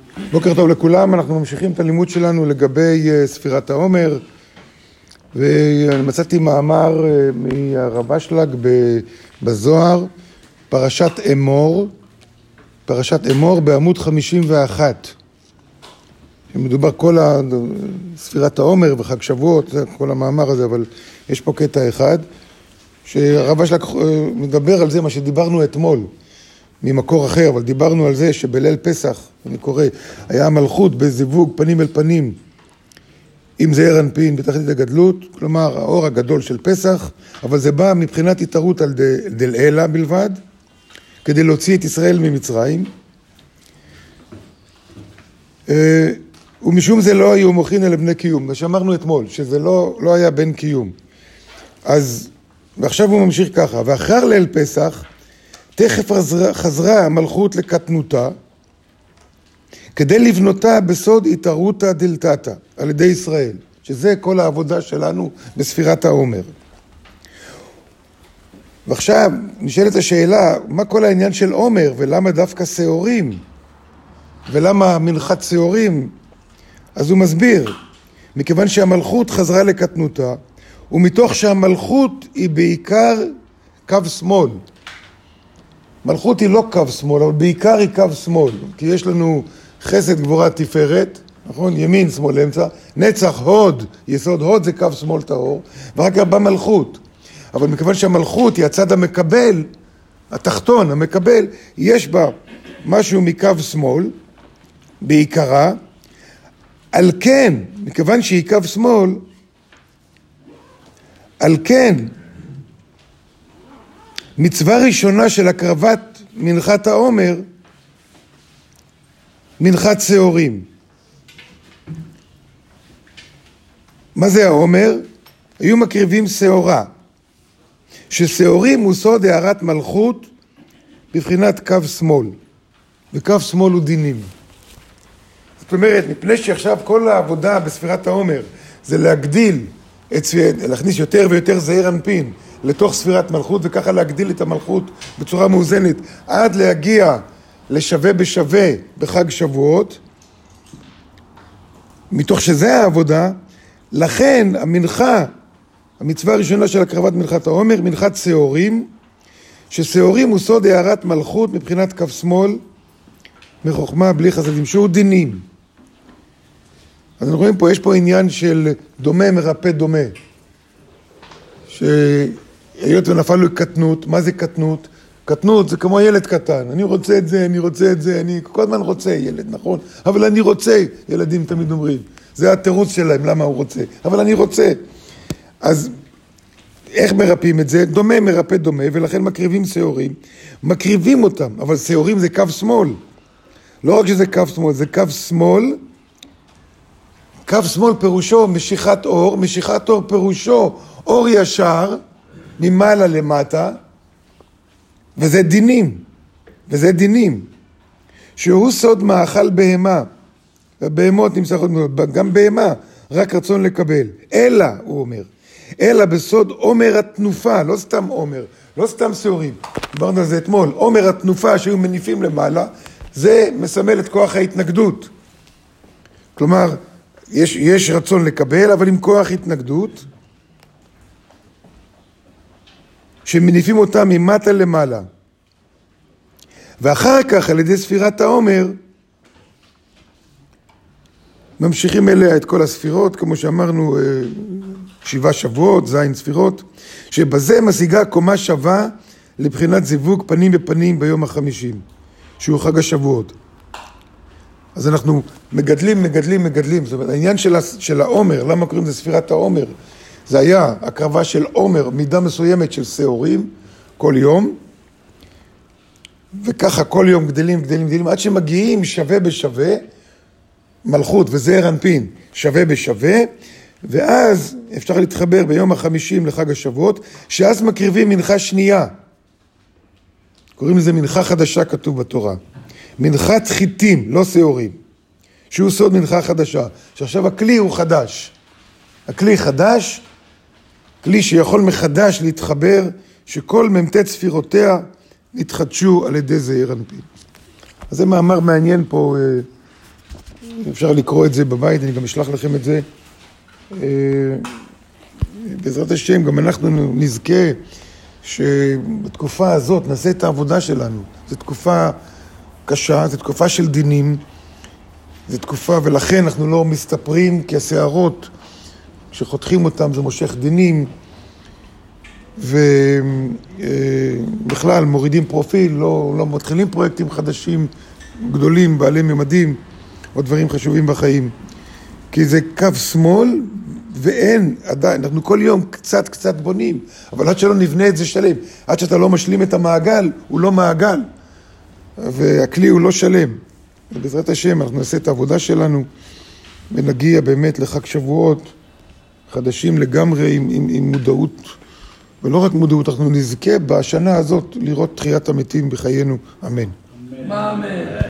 בוקר טוב לכולם, אנחנו ממשיכים את הלימוד שלנו לגבי ספירת העומר, ומצאתי מאמר מהרב אשלג בזוהר, פרשת אמור בעמוד 51. מדובר כל ספירת העומר וחג שבועות, זה כל המאמר הזה, אבל יש פה קטע אחד, שהרב אשלג מדבר על זה מה שדיברנו אתמול, ממקור אחר, אבל דיברנו על זה שבליל פסח, אני קורא, היה המלכות בזיווג פנים אל פנים עם זעיר אנפין בתחתית הגדלות, כלומר האור הגדול של פסח, אבל זה בא מבחינת התערות על דלעילה בלבד, כדי להוציא את ישראל ממצרים, ומשום זה לא היו מוכין אל בני קיום, מה שאמרנו אתמול, שזה לא היה בן קיום. אז, ועכשיו הוא ממשיך ככה, ואחר ליל פסח, תכף חזרה המלכות לקטנותה, כדי לבנותה בסוד התערותא דלתתא, על ידי ישראל, שזה כל העבודה שלנו בספירת העומר. ועכשיו נשאלת השאלה, מה כל העניין של עומר, ולמה דווקא שעורים, ולמה מנחת שעורים? אז הוא מסביר, מכיוון שהמלכות חזרה לקטנותה, ומתוך שהמלכות היא בעיקר קו שמאל, מלכות היא לא קו שמאל, אבל בעיקר היא קו שמאל, כי יש לנו חסד גבורה תפארת, נכון? ימין, שמאל, אמצע, נצח, הוד, יסוד הוד זה קו שמאל טהור, ורק בא מלכות. אבל מכיוון שהמלכות היא הצד המקבל, התחתון, המקבל, יש בה משהו מקו שמאל, בעיקרה, על כן, מכיוון שהיא קו שמאל, על כן, מצווה ראשונה של הקרבת מנחת העומר, מנחת שעורים. מה זה העומר? היו מקריבים שעורה, ששעורים הוא סוד הערת מלכות בבחינת קו שמאל, וקו שמאל הוא דינים. זאת אומרת, מפני שעכשיו כל העבודה בספירת העומר זה להגדיל, להכניס יותר ויותר זעיר אנפין לתוך ספירת מלכות, וככה להגדיל את המלכות בצורה מאוזנת, עד להגיע לשווה בשווה בחג שבועות, מתוך שזה העבודה, לכן המנחה, המצווה הראשונה של הקרבת מנחת העומר, מנחת שעורים, ששעורים הוא סוד הערת מלכות מבחינת קו שמאל, מחוכמה בלי חסדים, שהוא דינים. אז אנחנו רואים פה, יש פה עניין של דומה מרפא דומה, שהיות ונפל לו קטנות, מה זה קטנות? קטנות זה כמו ילד קטן, אני רוצה את זה, אני רוצה את זה, אני כל הזמן רוצה ילד, נכון? אבל אני רוצה, ילדים תמיד אומרים, זה התירוץ שלהם, למה הוא רוצה, אבל אני רוצה. אז איך מרפאים את זה? דומה מרפא דומה, ולכן מקריבים שעורים, מקריבים אותם, אבל שעורים זה קו שמאל, לא רק שזה קו שמאל, זה קו שמאל, קו שמאל פירושו משיכת אור, משיכת אור פירושו אור ישר, ממעלה למטה, וזה דינים, שהוא סוד מאכל בהמה, והבהמות נמצאות, גם בהמה, רק רצון לקבל, אלא, הוא אומר, אלא בסוד עומר התנופה, לא סתם עומר, לא סתם שעורים, דיברנו על זה אתמול, עומר התנופה שהיו מניפים למעלה, זה מסמל את כוח ההתנגדות, כלומר, יש רצון לקבל, אבל עם כוח התנגדות, שמניפים אותם ממטה למעלה. ואחר כך, על ידי ספירת העומר, ממשיכים אליה את כל הספירות, כמו שאמרנו, 7 שבועות, זין ספירות, שבזה משיגה קומה שווה לבחינת זיווג פנים בפנים ביום ה-50, שהוא חג השבועות. אז אנחנו מגדלים. זאת אומרת, העניין של העומר, למה קוראים לזה ספירת העומר? זה היה הקרבה של עומר, מידה מסוימת של שעורים, כל יום, וככה כל יום גדלים, עד שמגיעים שווה בשווה, מלכות וזעיר אנפין שווה בשווה, ואז אפשר להתחבר ביום ה-50 לחג השבועות, שאז מקריבים מנחה שנייה. קוראים לזה מנחה חדשה, כתוב בתורה. מנחת חיטים, לא שעורים, שהוא סוד מנחה חדשה, שעכשיו הכלי הוא חדש. הכלי חדש, כלי שיכול מחדש להתחבר, שכל ממתי ספירותיה נתחדשו על ידי זעיר אנפין. אז זה מאמר מעניין פה אפשר לקרוא את זה בבית, אני גם אשלח לכם את זה. בעזרת השם, גם אנחנו נזכה שבתקופה הזאת נעשה את העבודה שלנו. זו תקופה קשה, זו תקופה של דינים, זו תקופה, ולכן אנחנו לא מסתפרים, כי השערות, כשחותכים אותם זה מושך דינים, ובכלל מורידים פרופיל, לא מתחילים פרויקטים חדשים, גדולים, בעלי ממדים, או דברים חשובים בחיים. כי זה קו שמאל, ואין, עדיין, אנחנו כל יום קצת בונים, אבל עד שלא נבנה את זה שלם, עד שאתה לא משלים את המעגל, הוא לא מעגל, והכלי הוא לא שלם. ובעזרת השם אנחנו נעשה את העבודה שלנו, ונגיע באמת לחג שבועות חדשים לגמרי עם מודעות, ולא רק מודעות, אנחנו נזכה בשנה הזאת לראות תחיית המתים בחיינו. אמן. אמן.